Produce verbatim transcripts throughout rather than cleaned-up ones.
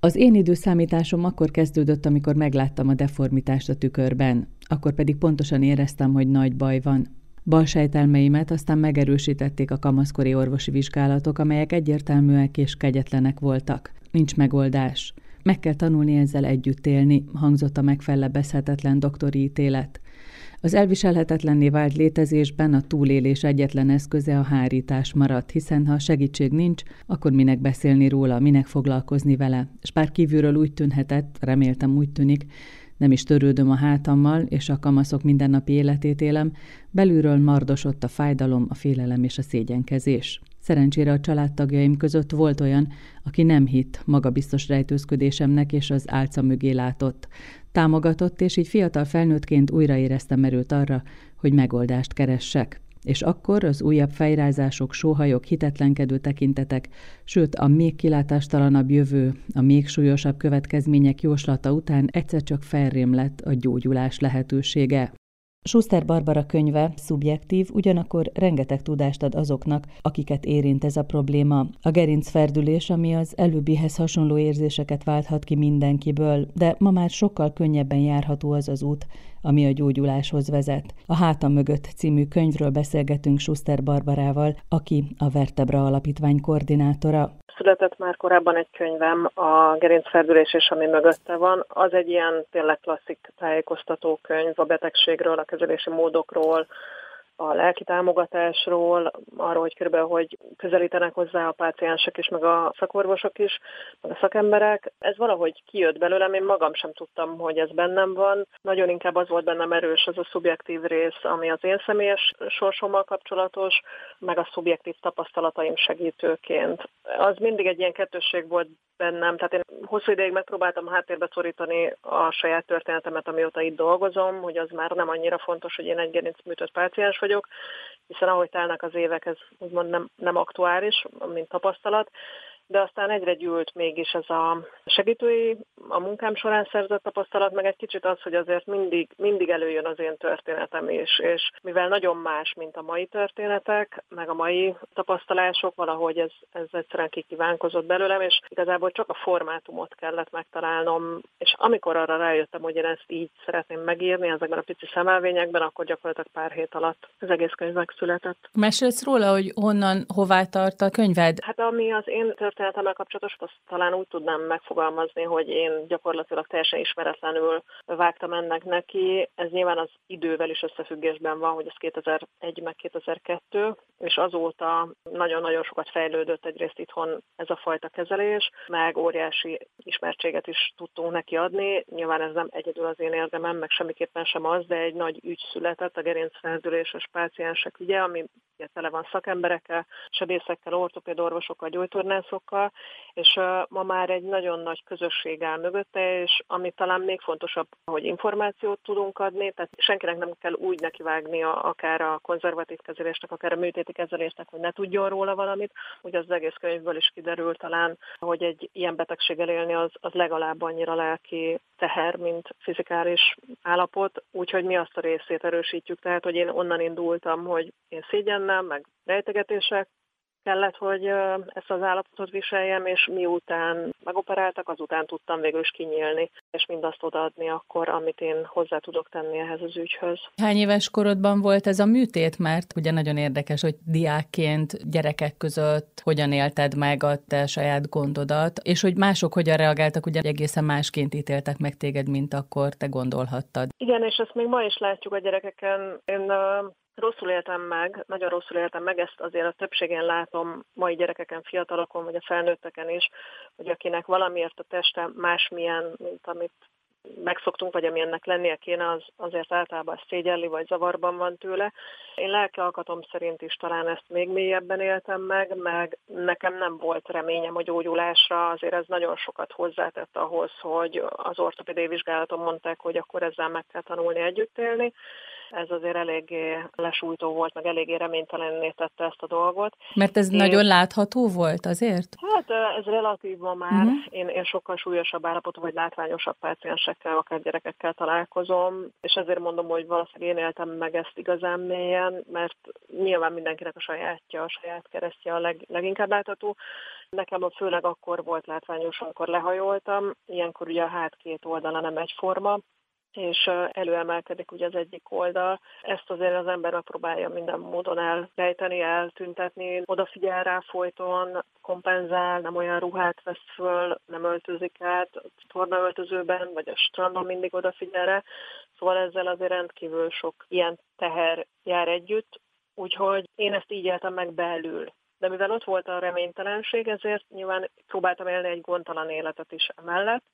Az én időszámításom akkor kezdődött, amikor megláttam a deformitást a tükörben. Akkor pedig pontosan éreztem, hogy nagy baj van. Balsejtelmeimet aztán megerősítették a kamaszkori orvosi vizsgálatok, amelyek egyértelműek és kegyetlenek voltak. Nincs megoldás. Meg kell tanulni ezzel együtt élni, hangzott a megfellebbezhetetlen doktori ítélet. Az elviselhetetlenné vált létezésben a túlélés egyetlen eszköze a hárítás maradt, hiszen ha segítség nincs, akkor minek beszélni róla, minek foglalkozni vele. S bár kívülről úgy tűnhetett, reméltem úgy tűnik, nem is törődöm a hátammal, és a kamaszok mindennapi életét élem, belülről mardosott a fájdalom, a félelem és a szégyenkezés. Szerencsére a családtagjaim között volt olyan, aki nem hitt magabiztos rejtőzködésemnek, és az álca mögé látott. Támogatott, és így fiatal felnőttként újra éreztem erőt arra, hogy megoldást keressek. És akkor az újabb fejrázások, sóhajok, hitetlenkedő tekintetek, sőt a még kilátástalanabb jövő, a még súlyosabb következmények jóslata után egyszer csak felrém lett a gyógyulás lehetősége. Schuster Barbara könyve szubjektív, ugyanakkor rengeteg tudást ad azoknak, akiket érint ez a probléma. A gerincferdülés, ami az előbbihez hasonló érzéseket válthat ki mindenkiből, de ma már sokkal könnyebben járható az az út, ami a gyógyuláshoz vezet. A Hátam mögött című könyvről beszélgetünk Schuster Barbarával, aki a Vertebra Alapítvány koordinátora. Született már korábban egy könyvem, a Gerincferdülés és ami mögötte van. Az egy ilyen tényleg klasszik tájékoztató könyv a betegségről, a kezelési módokról, a lelki támogatásról, arról, hogy körülbelül hogy közelítenek hozzá a páciensek is, meg a szakorvosok is, meg a szakemberek. Ez valahogy kijött belőlem, én magam sem tudtam, hogy ez bennem van. Nagyon inkább az volt bennem erős az a szubjektív rész, ami az én személyes sorsommal kapcsolatos, meg a szubjektív tapasztalataim segítőként. Az mindig egy ilyen kettősség volt bennem, tehát én hosszú ideig megpróbáltam háttérbe szorítani a saját történetemet, amióta itt dolgozom, hogy az már nem annyira fontos, hogy én egy gerincműtött páciens vagyok, hiszen ahogy telnek az évek, ez úgymond nem, nem aktuális, mint tapasztalat, de aztán egyre gyűlt mégis ez a segítői, a munkám során szerzett tapasztalat, meg egy kicsit az, hogy azért mindig, mindig előjön az én történetem is, és mivel nagyon más, mint a mai történetek, meg a mai tapasztalások, valahogy ez, ez egyszerűen kikívánkozott belőlem, és igazából csak a formátumot kellett megtalálnom, és amikor arra rájöttem, hogy én ezt így szeretném megírni, ezekben a pici szemelvényekben, akkor gyakorlatilag pár hét alatt az egész könyv megszületett. Mesélsz róla, hogy honnan, hová tart a könyved? Hát ami az én történetemmel kapcsolatos, azt talán úgy tudnám megfogalmazni, hogy én gyakorlatilag teljesen ismeretlenül vágtam ennek neki. Ez nyilván az idővel is összefüggésben van, hogy ez kétezer-egy meg kétezer-kettő, és azóta nagyon-nagyon sokat fejlődött egyrészt itthon ez a fajta kezelés, meg óriási ismertséget is tudtunk neki adni. Nyilván ez nem egyedül az én érdemem, meg semmiképpen sem az, de egy nagy ügy született, a gerincferdüléses páciensek ügye, ami tele van szakemberekkel, sebészekkel, ortopédorvosokkal, gyógytornászokkal, és uh, ma már egy nagyon nagy közösség áll mögötte, és ami talán még fontosabb, hogy információt tudunk adni, tehát senkinek nem kell úgy nekivágnia akár a konzervatív kezelésnek, akár a műtéti kezelésnek, hogy ne tudjon róla valamit. Ugye az egész könyvből is kiderül talán, hogy egy ilyen betegséggel élni az, az legalább annyira lelki teher, mint fizikális állapot, úgyhogy mi azt a részét erősítjük, tehát hogy én onnan indultam, hogy én szégyennel, meg rejtegetések kellett, hogy ezt az állapotot viseljem, és miután megoperáltak, azután tudtam végül is kinyílni, és mindazt odaadni akkor, amit én hozzá tudok tenni ehhez az ügyhöz. Hány éves korodban volt ez a műtét? Mert ugye nagyon érdekes, hogy diákként, gyerekek között hogyan élted meg a te saját gondodat, és hogy mások hogyan reagáltak, ugye egészen másként ítéltek meg téged, mint akkor te gondolhattad. Igen, és ezt még ma is látjuk a gyerekeken. Én rosszul éltem meg, nagyon rosszul éltem meg, ezt azért a többségén látom mai gyerekeken, fiatalokon, vagy a felnőtteken is, hogy akinek valamiért a teste másmilyen, mint amit megszoktunk, vagy ami ennek lennie kéne, az azért általában szégyelli, vagy zavarban van tőle. Én lelki alkatom szerint is talán ezt még mélyebben éltem meg, meg nekem nem volt reményem a gyógyulásra, azért ez nagyon sokat hozzátett ahhoz, hogy az ortopédiai vizsgálaton mondták, hogy akkor ezzel meg kell tanulni együtt élni. Ez azért eléggé lesújtó volt, meg eléggé reménytelenné tette ezt a dolgot. Mert ez én... nagyon látható volt azért? Hát ez relatív ma már. Uh-huh. Én, én sokkal súlyosabb állapotú, vagy látványosabb páciensekkel, akár gyerekekkel találkozom, és ezért mondom, hogy valószínűleg én éltem meg ezt igazán mélyen, mert nyilván mindenkinek a sajátja, a saját keresztje a leg, leginkább látható. Nekem a főleg akkor volt látványos, amikor lehajoltam, ilyenkor ugye a hát két oldala nem egyforma, és előemelkedik ugye az egyik oldal. Ezt azért az ember megpróbálja minden módon elrejteni, eltüntetni, odafigyel rá folyton, kompenzál, nem olyan ruhát vesz föl, nem öltözik át, tornaöltözőben vagy a strandon mindig odafigyel rá. Szóval ezzel azért rendkívül sok ilyen teher jár együtt, úgyhogy én ezt így éltem meg belül. De mivel ott volt a reménytelenség, ezért nyilván próbáltam élni egy gondtalan életet is emellett.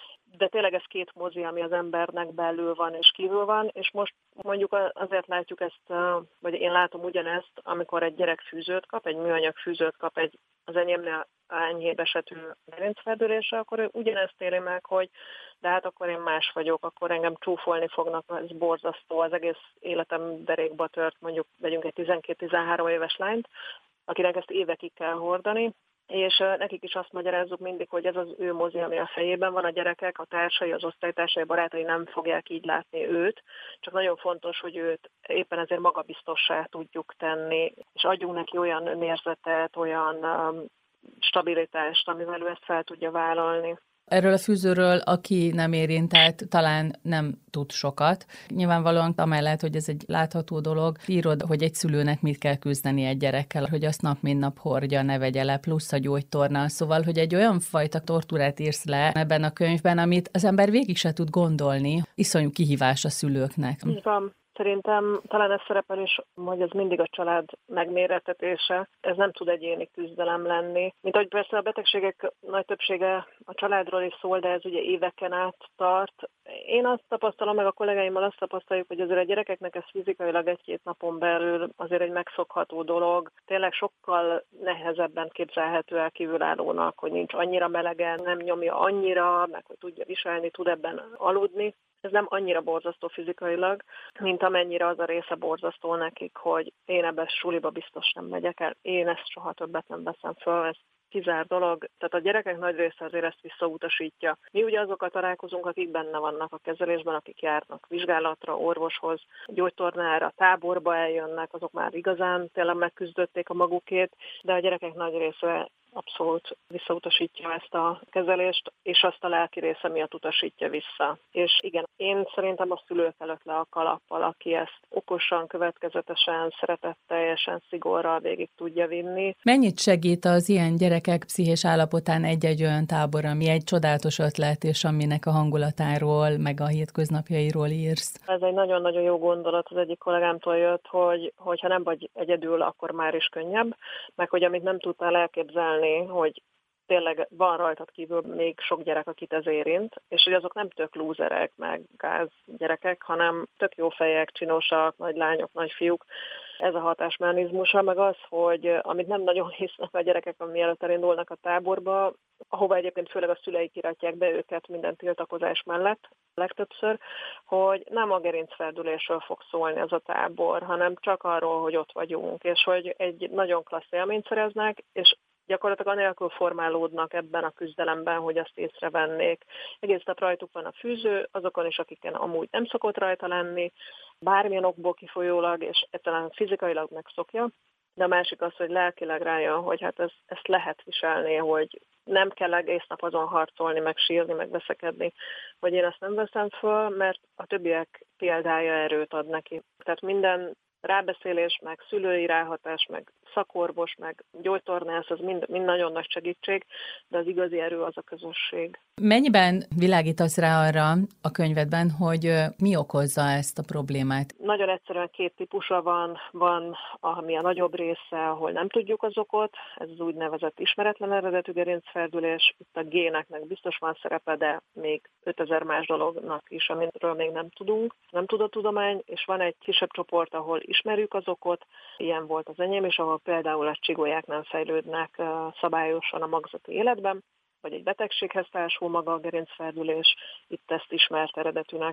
De tényleg ez két mozi, ami az embernek belül van és kívül van, és most mondjuk azért látjuk ezt, vagy én látom ugyanezt, amikor egy gyerek fűzőt kap, egy műanyag fűzőt kap egy az enyémnél enyhébb esetű gerincfeldülésre, akkor ő ugyanezt éli meg, hogy de hát akkor én más vagyok, akkor engem csúfolni fognak, ez borzasztó, az egész életem derékba tört, mondjuk vegyünk egy tizenkét-tizenhárom éves lányt, akinek ezt évekig kell hordani, és nekik is azt magyarázzuk mindig, hogy ez az ő mozi, ami a fejében van, a gyerekek, a társai, az osztálytársai, barátai nem fogják így látni őt, csak nagyon fontos, hogy őt éppen ezért magabiztossá tudjuk tenni, és adjunk neki olyan önérzetet, olyan um, stabilitást, amivel ő ezt fel tudja vállalni. Erről a fűzőről, aki nem érintett, talán nem tud sokat. Nyilvánvalóan amellett, hogy ez egy látható dolog, írod, hogy egy szülőnek mit kell küzdeni egy gyerekkel, hogy azt nap mint nap hordja, ne vegye le, plusz a gyógytorna. Szóval, hogy egy olyan fajta tortúrát írsz le ebben a könyvben, amit az ember végig se tud gondolni. Iszonyú kihívás a szülőknek. Így van. Szerintem talán ez szerepel is, hogy ez mindig a család megmérettetése. Ez nem tud egyéni küzdelem lenni. Mint ahogy persze a betegségek nagy többsége a családról is szól, de ez ugye éveken át tart. Én azt tapasztalom, meg a kollégáimmal azt tapasztaljuk, hogy azért a gyerekeknek ez fizikailag egy-két napon belül azért egy megszokható dolog. Tényleg sokkal nehezebben képzelhető el kívülállónak, hogy nincs annyira melegen, nem nyomja annyira, meg hogy tudja viselni, tud ebben aludni. Ez nem annyira borzasztó fizikailag, mint amennyire az a része borzasztó nekik, hogy én ebben suliba biztos nem megyek el, én ezt soha többet nem veszem föl, ez kizár dolog. Tehát a gyerekek nagy része azért ezt visszautasítja. Mi ugye azokkal találkozunk, akik benne vannak a kezelésben, akik járnak vizsgálatra, orvoshoz, gyógytornára, táborba eljönnek, azok már igazán tényleg megküzdötték a magukét, de a gyerekek nagy része abszolút visszautasítja ezt a kezelést, és azt a lelki része miatt utasítja vissza. És igen, én szerintem a szülők előtt le a kalappal, aki ezt okosan, következetesen, szeretetteljesen, szigorral végig tudja vinni. Mennyit segít az ilyen gyerekek pszichés állapotán egy-egy olyan tábor, ami egy csodálatos ötlet, és aminek a hangulatáról, meg a hétköznapjairól írsz? Ez egy nagyon-nagyon jó gondolat, az egyik kollégámtól jött, hogy hogyha nem vagy egyedül, akkor már is könnyebb, meg hogy amit nem tudtál elképzelni, hogy tényleg van rajtad kívül még sok gyerek, akit ez érint, és hogy azok nem tök lúzerek, meg gáz gyerekek, hanem tök jó fejek, csinosak, nagy lányok, nagy fiúk. Ez a hatásmechanizmusa, meg az, hogy amit nem nagyon hisznek a gyerekek, mielőtt elindulnak a táborba, ahova egyébként főleg a szüleik iratják be őket minden tiltakozás mellett, legtöbbször, hogy nem a gerincfeldülésről fog szólni ez a tábor, hanem csak arról, hogy ott vagyunk, és hogy egy nagyon klassz élményt szereznek, és gyakorlatilag anélkül formálódnak ebben a küzdelemben, hogy azt észrevennék. Egész nap rajtuk van a fűző, azokon is, akiken amúgy nem szokott rajta lenni, bármilyen okból kifolyólag, és egyáltalán fizikailag megszokja. De a másik az, hogy lelkileg rájön, hogy hát ez, ezt lehet viselni, hogy nem kell egész nap azon harcolni, meg sírni, meg veszekedni, hogy én ezt nem veszem föl, mert a többiek példája erőt ad neki. Tehát minden rábeszélés, meg szülői ráhatás, meg szakorvos, meg gyógytornász, az mind, mind nagyon nagy segítség, de az igazi erő az a közösség. Mennyiben világítasz rá arra a könyvedben, hogy mi okozza ezt a problémát? Nagyon egyszerűen két típusa van. Van, ami a nagyobb része, ahol nem tudjuk az okot, ez az úgynevezett ismeretlen eredetű gerincfeldülés. Itt a géneknek biztos van szerepe, de még ötezer más dolognak is, amiről még nem tudunk. Nem tud a tudomány, és van egy kisebb csoport, ahol ismerjük az okot. Ilyen volt az enyém, és ahol például a csigolyák nem fejlődnek szabályosan a magzati életben, vagy egy betegséghez társul maga a gerincfeldülés, itt ezt ismert eredetűnek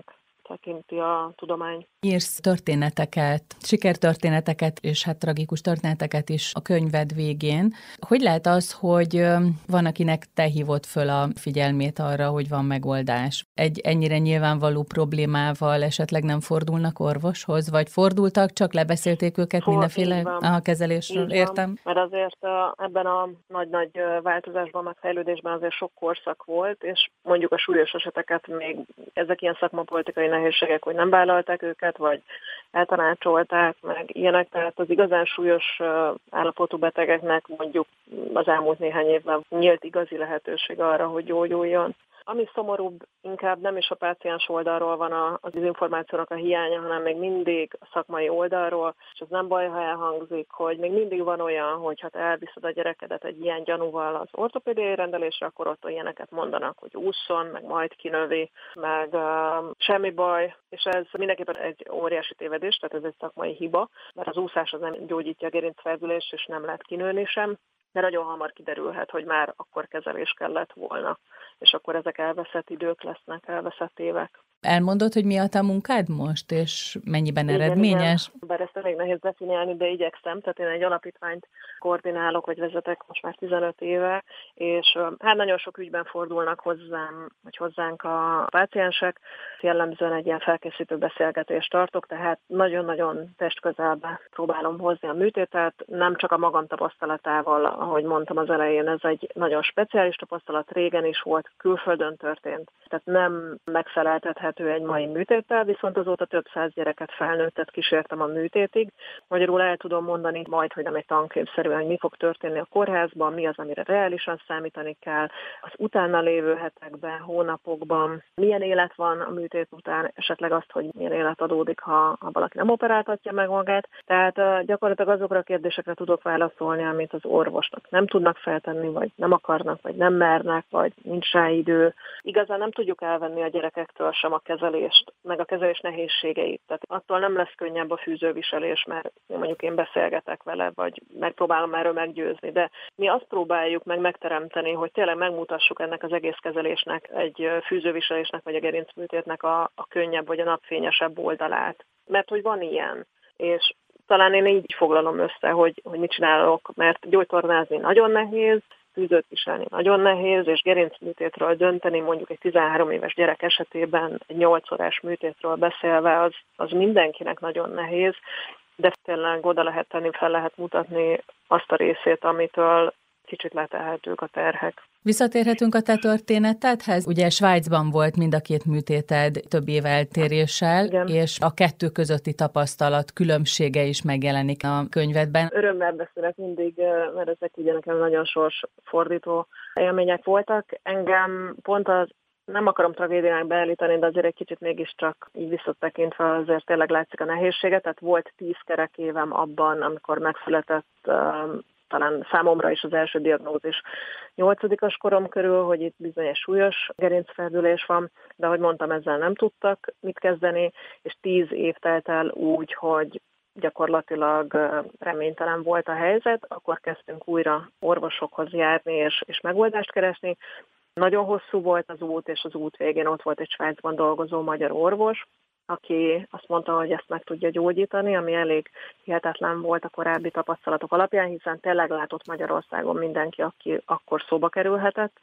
tekinti a tudomány. Írsz történeteket, sikertörténeteket és hát tragikus történeteket is a könyved végén. Hogy lehet az, hogy van, akinek te hívod föl a figyelmét arra, hogy van megoldás? Egy ennyire nyilvánvaló problémával esetleg nem fordulnak orvoshoz, vagy fordultak, csak lebeszélték őket For, mindenféle a kezelésről, értem? Mert azért ebben a nagy-nagy változásban, meg fejlődésben azért sok korszak volt, és mondjuk a súlyos eseteket még ezek ilyen szakmapolitikai nehézségek, hogy nem vállalták őket, vagy eltanácsolták, meg ilyenek, tehát az igazán súlyos állapotú betegeknek mondjuk az elmúlt néhány évben nyílt igazi lehetőség arra, hogy gyógyuljon. Ami szomorúbb, inkább nem is a páciens oldalról van az információnak a hiánya, hanem még mindig a szakmai oldalról, és ez nem baj, ha elhangzik, hogy még mindig van olyan, hogy ha te elviszed a gyerekedet egy ilyen gyanúval az ortopédiai rendelésre, akkor ott ilyeneket mondanak, hogy ússzon, meg majd kinövi, meg uh, semmi baj, és ez mindenképpen egy óriási tévedés, tehát ez egy szakmai hiba, mert az úszás az nem gyógyítja a gerincfeldülést, és nem lehet kinőni sem, de nagyon hamar kiderülhet, hogy már akkor kezelés kellett volna, és akkor ezek elveszett idők lesznek, elveszett évek. Elmondod, hogy mi a te munkád most, és mennyiben igen, eredményes? Igen. Bár ezt elég nehéz definiálni, de igyekszem. Tehát én egy alapítványt koordinálok, vagy vezetek most már tizenöt éve, és hát nagyon sok ügyben fordulnak hozzám, vagy hozzánk a páciensek. Jellemzően egy ilyen felkészítő beszélgetést tartok, tehát nagyon-nagyon testközelbe próbálom hozni a műtétet, nem csak a magam tapasztalatával, ahogy mondtam az elején, ez egy nagyon speciális tapasztalat, régen is volt, külföldön történt, tehát nem megfeleltethető egy mai műtéttel, viszont azóta több száz gyereket, felnőttet kísértem a műtétig. Magyarul el tudom mondani majd, hogy nem egy tankönyvszerűen, hogy mi fog történni a kórházban, mi az, amire reálisan számítani kell, az utána lévő hetekben, hónapokban, milyen élet van a műtét után, esetleg azt, hogy milyen élet adódik, ha, ha valaki nem operáltatja meg magát. Tehát uh, gyakorlatilag azokra a kérdésekre tudok válaszolni, amit az orvosnak nem tudnak feltenni, vagy nem akarnak, vagy nem mernek, vagy nincs rá idő. Igazán nem tudjuk elvenni a gyerekektől sem a kezelést, meg a kezelés nehézségeit. Tehát attól nem lesz könnyebb a fűzőviselés, mert mondjuk én beszélgetek vele, vagy megpróbálom erről meggyőzni, de mi azt próbáljuk meg megteremteni, hogy tényleg megmutassuk ennek az egész kezelésnek, egy fűzőviselésnek, vagy a gerincműtétnek a, a könnyebb, vagy a napfényesebb oldalát. Mert hogy van ilyen, és talán én így foglalom össze, hogy, hogy mit csinálok, mert gyógytornázni nagyon nehéz, fűzőt viselni nagyon nehéz, és gerincműtétről dönteni, mondjuk egy tizenhárom éves gyerek esetében, egy nyolc órás műtétről beszélve, az, az mindenkinek nagyon nehéz, de tényleg oda lehet tenni, fel lehet mutatni azt a részét, amitől kicsit letehetők a terhek. Visszatérhetünk a te történetedhez. Ugye Svájcban volt mind a két műtéted több év eltéréssel, igen, és a kettő közötti tapasztalat különbsége is megjelenik a könyvedben. Örömmel beszélek mindig, mert ezek ugye nekem nagyon sorsfordító élmények voltak. Engem pont az, nem akarom tragédiának beállítani, de azért egy kicsit mégiscsak így visszatekintve azért tényleg látszik a nehézsége. Tehát volt tíz kerek évem abban, amikor megszületett talán számomra is az első diagnózis nyolcadikos korom körül, hogy itt bizony egy súlyos gerincfeldülés van, de ahogy mondtam, ezzel nem tudtak mit kezdeni, és tíz év telt el úgy, hogy gyakorlatilag reménytelen volt a helyzet, akkor kezdtünk újra orvosokhoz járni és, és megoldást keresni. Nagyon hosszú volt az út, és az út végén ott volt egy Svájcban dolgozó magyar orvos, aki azt mondta, hogy ezt meg tudja gyógyítani, ami elég hihetetlen volt a korábbi tapasztalatok alapján, hiszen tényleg látott Magyarországon mindenki, aki akkor szóba kerülhetett,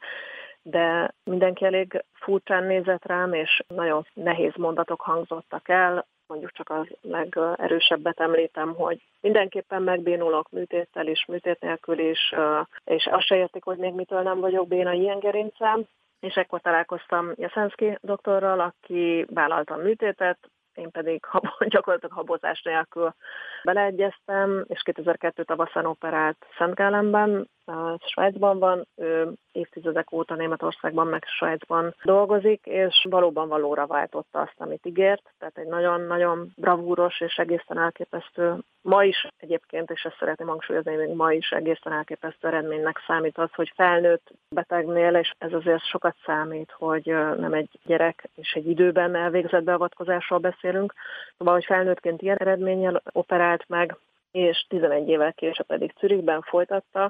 de mindenki elég furcsán nézett rám, és nagyon nehéz mondatok hangzottak el. Mondjuk csak az legerősebbet említem, hogy mindenképpen megbénulok műtéttel is, műtét nélkül is, és azt se értik, hogy még mitől nem vagyok béna ilyen gerincem. És ekkor találkoztam Jeszenszky doktorral, aki vállalta a műtétet, én pedig gyakorlatilag habozás nélkül beleegyeztem, és kétezer-kettő tavaszán operált Szentgálenben, Svájcban van, ő évtizedek óta Németországban meg Svájcban dolgozik, és valóban valóra váltotta azt, amit ígért, tehát egy nagyon-nagyon bravúros és egészen elképesztő, ma is egyébként, és ezt szeretném hangsúlyozni, még ma is egészen elképesztő eredménynek számít az, hogy felnőtt betegnél, és ez azért sokat számít, hogy nem egy gyerek és egy időben elvégzett beavatkozásról beszélünk, szóval, hogy felnőttként ilyen eredménnyel operált meg, és tizenegy évvel később pedig Zürichben folytatta,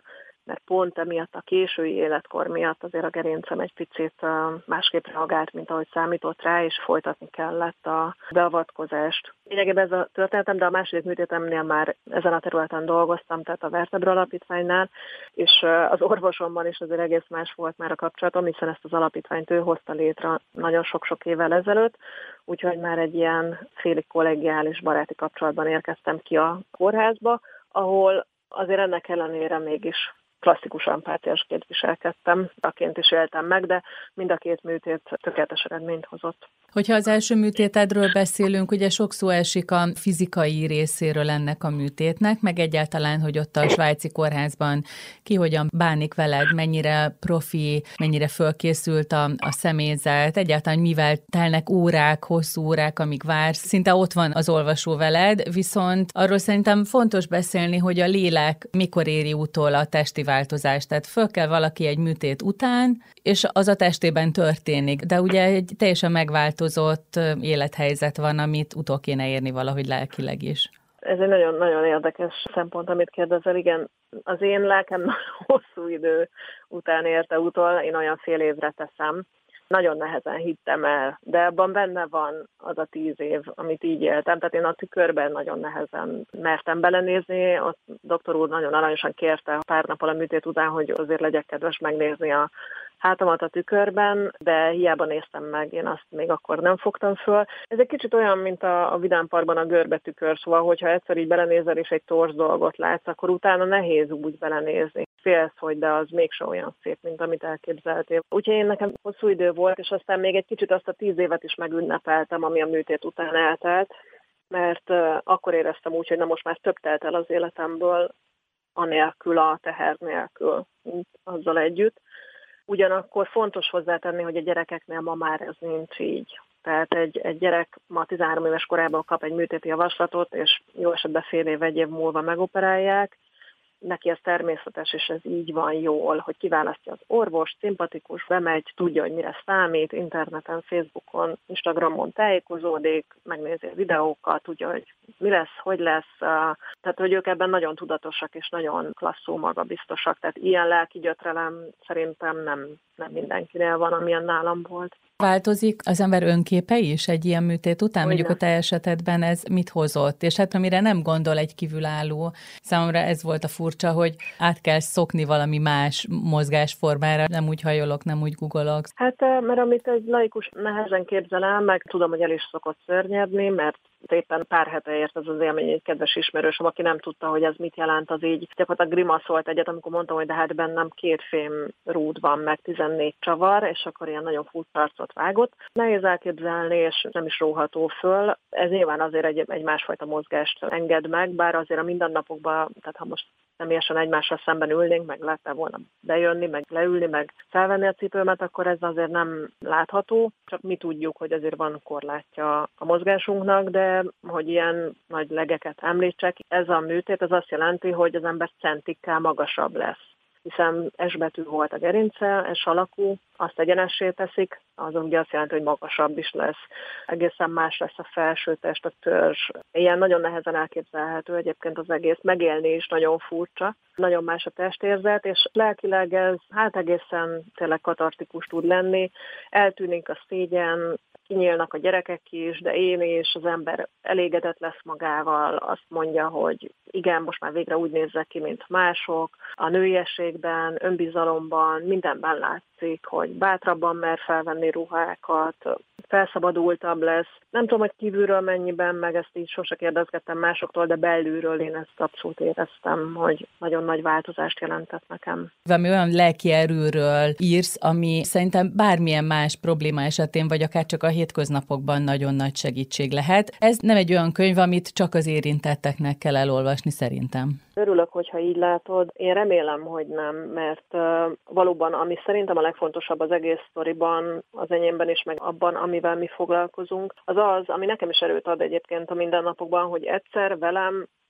mert pont emiatt a késői életkor miatt azért a gerincem egy picit másképp reagált, mint ahogy számított rá, és folytatni kellett a beavatkozást. Lényegében ez a történetem, de a második műtétemnél már ezen a területen dolgoztam, tehát a Vertebra Alapítványnál, és az orvosomban is azért egész más volt már a kapcsolatom, hiszen ezt az alapítványt ő hozta létre nagyon sok-sok évvel ezelőtt, úgyhogy már egy ilyen félig kollegiális baráti kapcsolatban érkeztem ki a kórházba, ahol azért ennek ellenére mégis klasszikusan páciensként viselkedtem, aként is éltem meg, de mind a két műtét tökéletes eredményt hozott. Hogyha az első műtétedről beszélünk, ugye sok szó esik a fizikai részéről ennek a műtétnek, meg egyáltalán, hogy ott a svájci kórházban ki hogyan bánik veled, mennyire profi, mennyire fölkészült a, a személyzet, egyáltalán mivel telnek órák, hosszú órák, amíg vársz, szinte ott van az olvasó veled, viszont arról szerintem fontos beszélni, hogy a lélek mikor éri utol a testi változást, tehát föl kell valaki egy műtét után, és az a testében történik, de ugye egy teljesen megváltozott élethelyzet van, amit utol kéne érni valahogy lelkileg is. Ez egy nagyon-nagyon érdekes szempont, amit kérdezel. Igen, az én lelkem nagyon hosszú idő után érte utol, én olyan fél évre teszem. Nagyon nehezen hittem el, de abban benne van az a tíz év, amit így éltem. Tehát én a tükörben nagyon nehezen mertem belenézni. A doktor úr nagyon aranyosan kérte pár nappal a műtét után, hogy azért legyek kedves megnézni a hátamat a tükörben, de hiába néztem meg, én azt még akkor nem fogtam föl. Ez egy kicsit olyan, mint a, a Vidám Parkban a görbetükör, szóval, hogyha egyszer így belenézel és egy torz dolgot látsz, akkor utána nehéz úgy belenézni. Félsz, hogy de az mégsem olyan szép, mint amit elképzeltél. Úgyhogy én nekem hosszú idő volt, és aztán még egy kicsit azt a tíz évet is megünnepeltem, ami a műtét után eltelt, mert uh, akkor éreztem úgy, hogy na most már több telt el az életemből, anélkül, a teher nélkül, azzal együtt. Ugyanakkor fontos hozzátenni, hogy a gyerekeknél ma már ez nincs így. Tehát egy, egy gyerek ma tizenhárom éves korában kap egy műtéti javaslatot, és jó esetben fél év, egy év múlva megoperálják. Neki ez természetes, és ez így van jól, hogy kiválasztja az orvos, szimpatikus, bemegy, tudja, hogy mire számít, interneten, Facebookon, Instagramon tájékozódik, megnézi a videókat, tudja, hogy mi lesz, hogy lesz. Tehát, hogy ők ebben nagyon tudatosak és nagyon klasszul magabiztosak. Tehát ilyen lelki gyötrelem szerintem nem, nem mindenkinél van, amilyen nálam volt. Változik az ember önképe is egy ilyen műtét után? Mondjuk a te esetedben ez mit hozott? És hát amire nem gondol egy kívülálló, számomra ez volt a furcsa, hogy át kell szokni valami más mozgásformára, nem úgy hajolok, nem úgy googolok. Hát, mert amit egy laikus nehezen képzel el, meg tudom, hogy el is szokott szörnyedni, mert éppen pár hete ért ez az élmény egy kedves ismerősöm, aki nem tudta, hogy ez mit jelent, az így gyakorlatilag grimaszolt egyet, amikor mondtam, hogy de hát bennem két fém rúd van, meg tizennégy csavar, és akkor ilyen nagyon furcsa arcot vágott. Nehéz elképzelni, és nem is róható föl. Ez nyilván azért egy, egy másfajta mozgást enged meg, bár azért a mindennapokban, tehát ha most személyesen egymással szemben ülnénk, meg lehetne volna bejönni, meg leülni, meg felvenni a cipőmet, akkor ez azért nem látható. Csak mi tudjuk, hogy azért van korlátja a mozgásunknak, de hogy ilyen nagy legeket említsek, ez a műtét az azt jelenti, hogy az ember centikkel magasabb lesz. Hiszen S-betű volt a gerince, S alakú, azt egyenessé teszik, az ugye azt jelenti, hogy magasabb is lesz. Egészen más lesz a felsőtest, a törzs. Ilyen nagyon nehezen elképzelhető egyébként az egész, megélni is nagyon furcsa. Nagyon más a testérzet, és lelkileg ez hát egészen tényleg katartikus tud lenni. Eltűnik a szégyen, kinyílnak a gyerekek is, de én is, az ember elégedett lesz magával, azt mondja, hogy igen, most már végre úgy nézzek ki, mint mások. A nőiességben, önbizalomban, mindenben látszik, hogy bátrabban mer felvenni ruhákat, felszabadultabb lesz. Nem tudom, hogy kívülről mennyiben, meg ezt így sose kérdezgettem másoktól, de belülről én ezt abszolút éreztem, hogy nagyon nagy változást jelentett nekem. Valami olyan lelki erőről írsz, ami szerintem bármilyen más probléma esetén, vagy akár csak a hétköznapokban nagyon nagy segítség lehet. Ez nem egy olyan könyv, amit csak az érintetteknek kell elolvasni szerintem. Örülök, hogyha így látod. Én remélem, hogy nem, mert uh, valóban, ami szerintem a legfontosabb az egész sztoriban, az enyémben is, meg abban, amivel mi foglalkozunk, az az, ami nekem is erőt ad egyébként a mindennapokban, hogy egyszer velem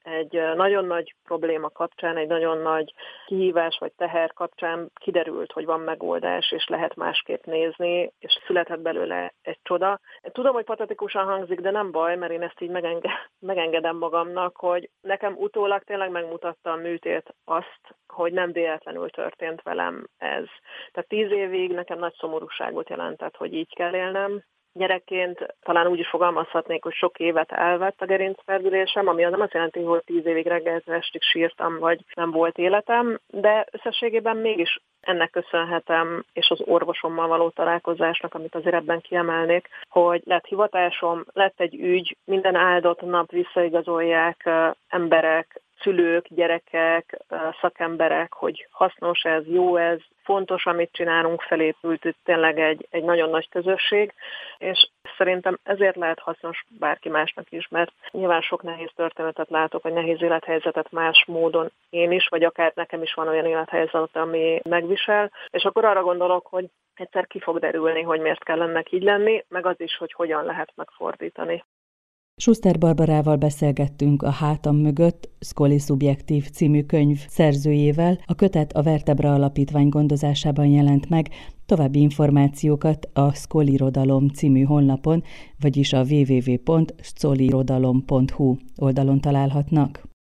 egy nagyon nagy probléma kapcsán, egy nagyon nagy kihívás vagy teher kapcsán kiderült, hogy van megoldás, és lehet másképp nézni, és született belőle egy csoda. Tudom, hogy patetikusan hangzik, de nem baj, mert én ezt így megenge- megengedem magamnak, hogy nekem utólag tényleg megmutatta a műtét azt, hogy nem véletlenül történt velem ez. Tehát tíz évig nekem nagy szomorúságot jelentett, hogy így kell élnem. Gyerekként talán úgy is fogalmazhatnék, hogy sok évet elvett a gerincferdülésem, ami az nem azt jelenti, hogy tíz évig reggeltől estig sírtam, vagy nem volt életem, de összességében mégis ennek köszönhetem, és az orvosommal való találkozásnak, amit azért ebben kiemelnék, hogy lett hivatásom, lett egy ügy, minden áldott nap visszaigazolják emberek, szülők, gyerekek, szakemberek, hogy hasznos ez, jó ez, fontos, amit csinálunk, felépült itt tényleg egy, egy nagyon nagy közösség, és szerintem ezért lehet hasznos bárki másnak is, mert nyilván sok nehéz történetet látok, vagy nehéz élethelyzetet más módon én is, vagy akár nekem is van olyan élethelyzet, ami megvisel, és akkor arra gondolok, hogy egyszer ki fog derülni, hogy miért kell ennek így lenni, meg az is, hogy hogyan lehet megfordítani. Schuster Barbarával beszélgettünk a Hátam mögött, Scully Szubjektív című könyv szerzőjével, a kötet a Vertebra Alapítvány gondozásában jelent meg, további információkat a Szkolirodalom című honlapon, vagyis a double-u double-u double-u pont szkolirodalom pont hu oldalon találhatnak.